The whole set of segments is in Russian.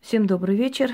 Всем добрый вечер.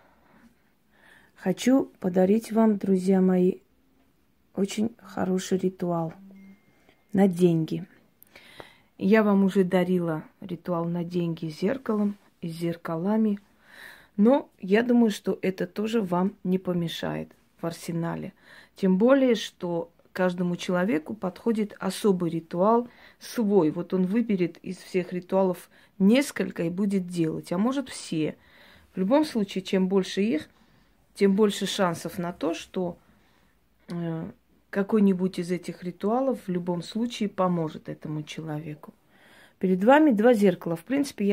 Хочу подарить вам, друзья мои, очень хороший ритуал на деньги. Я вам уже дарила ритуал на деньги с зеркалом и с зеркалами, но я думаю, что это тоже вам не помешает в арсенале. Тем более, что каждому человеку подходит особый ритуал свой. Вот он выберет из всех ритуалов несколько и будет делать, а может все. В любом случае, чем больше их, тем больше шансов на то, что какой-нибудь из этих ритуалов в любом случае поможет этому человеку. Перед вами два зеркала. В принципе,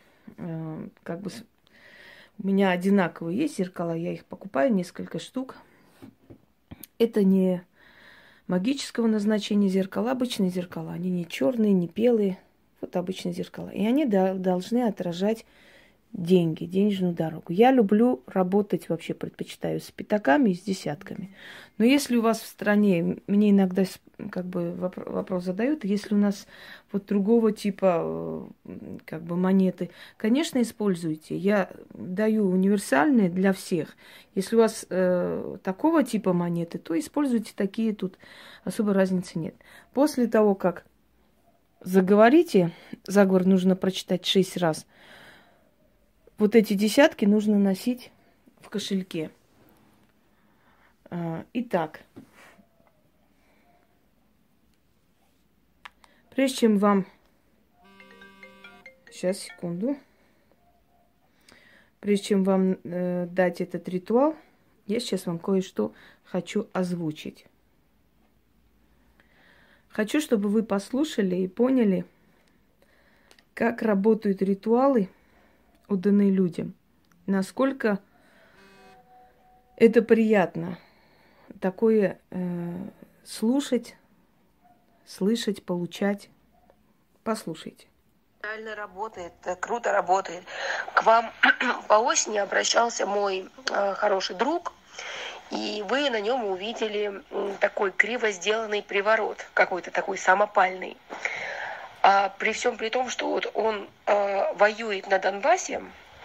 у меня одинаковые есть зеркала, я их покупаю, несколько штук. Это не магического назначения зеркала, обычные зеркала. Они не черные, не белые, вот обычные зеркала. И они должны отражать деньги, денежную дорогу. Я люблю работать, вообще предпочитаю с пятаками и с десятками. Но если у вас в стране, мне иногда вопрос задают, если у нас вот другого типа монеты, конечно, используйте. Я даю универсальные для всех. Если у вас такого типа монеты, то используйте такие, тут особой разницы нет. После того, как заговорите, заговор нужно прочитать 6 раз, вот эти десятки нужно носить в кошельке. Итак, прежде чем вам... Сейчас, секунду. Прежде чем вам дать этот ритуал, я сейчас вам кое-что хочу озвучить. Хочу, чтобы вы послушали и поняли, как работают ритуалы, отданные людям. Насколько это приятно такое слушать, слышать, получать. Послушайте. Реально работает, круто работает. К вам по осени обращался мой хороший друг, и вы на нем увидели такой криво сделанный приворот, какой-то такой самопальный. А при всем при том, что вот он воюет на Донбассе,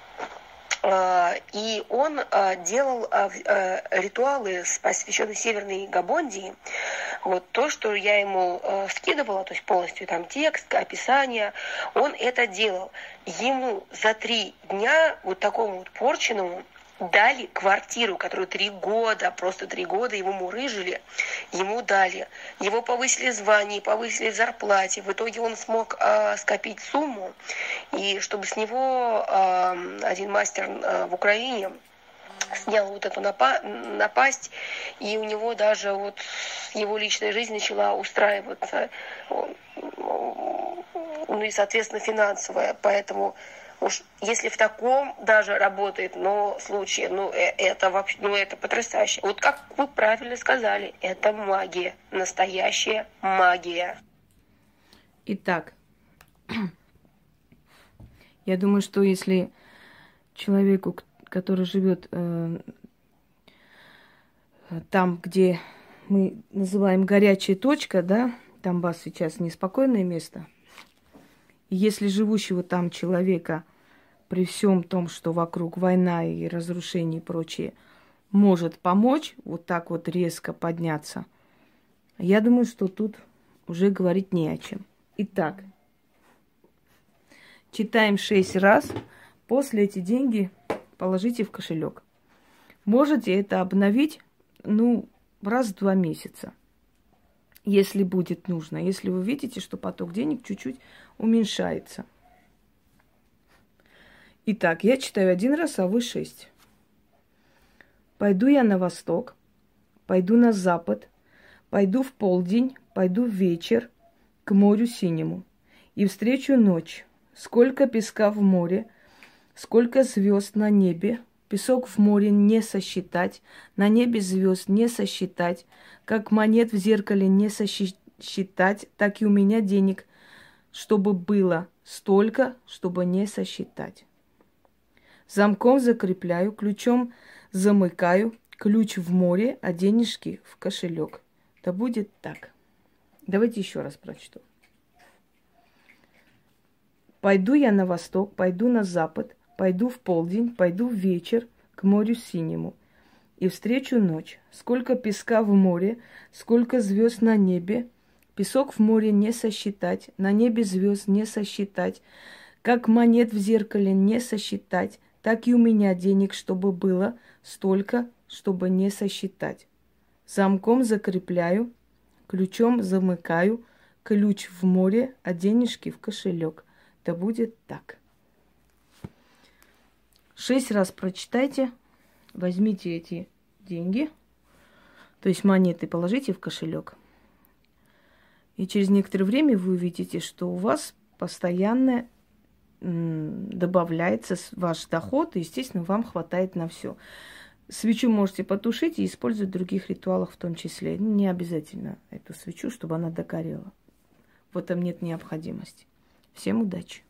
и он делал ритуалы, посвященные Северной Габондии. Вот то, что я ему скидывала, то есть полностью там текст, описание, он это делал. Ему за 3 дня вот такому вот порченному дали квартиру, которую 3 года, просто 3 года его мурыжили, ему дали. Его повысили звание, повысили зарплате. В итоге он смог скопить сумму, и чтобы с него один мастер в Украине снял вот эту напасть, и у него даже вот его личная жизнь начала устраиваться, ну и, соответственно, финансовая. Поэтому уж если в таком даже работает, но случае, это вообще, это потрясающе. Вот как вы правильно сказали, это магия, настоящая магия. Итак, я думаю, что если человеку, который живет там, где мы называем горячая точка, да, Донбасс сейчас неспокойное место, и если живущего там человека при всем том, что вокруг война и разрушение и прочее, может помочь вот так вот резко подняться, я думаю, что тут уже говорить не о чем. Итак, читаем 6 раз, после эти деньги положите в кошелек. Можете это обновить, раз в 2 месяца, если будет нужно. Если вы видите, что поток денег чуть-чуть уменьшается. Итак, я читаю 1 раз, а вы 6. Пойду я на восток, пойду на запад, пойду в полдень, пойду в вечер к морю синему и встречу ночь. Сколько песка в море, сколько звезд на небе, песок в море не сосчитать, на небе звезд не сосчитать, как монет в зеркале не сосчитать, так и у меня денег, чтобы было столько, чтобы не сосчитать. Замком закрепляю, ключом замыкаю, ключ в море, а денежки в кошелек. Да будет так. Давайте еще раз прочту. Пойду я на восток, пойду на запад, пойду в полдень, пойду в вечер к морю синему и встречу ночь. Сколько песка в море, сколько звезд на небе, песок в море не сосчитать, на небе звезд не сосчитать, как монет в зеркале не сосчитать, так и у меня денег, чтобы было столько, чтобы не сосчитать. Замком закрепляю, ключом замыкаю, ключ в море, а денежки в кошелек. Да будет так. 6 раз прочитайте, возьмите эти деньги, то есть монеты, положите в кошелек. И через некоторое время вы увидите, что у вас постоянно добавляется ваш доход, и, естественно, вам хватает на все. Свечу можете потушить и использовать в других ритуалах в том числе. Не обязательно эту свечу, чтобы она догорела. В этом нет необходимости. Всем удачи!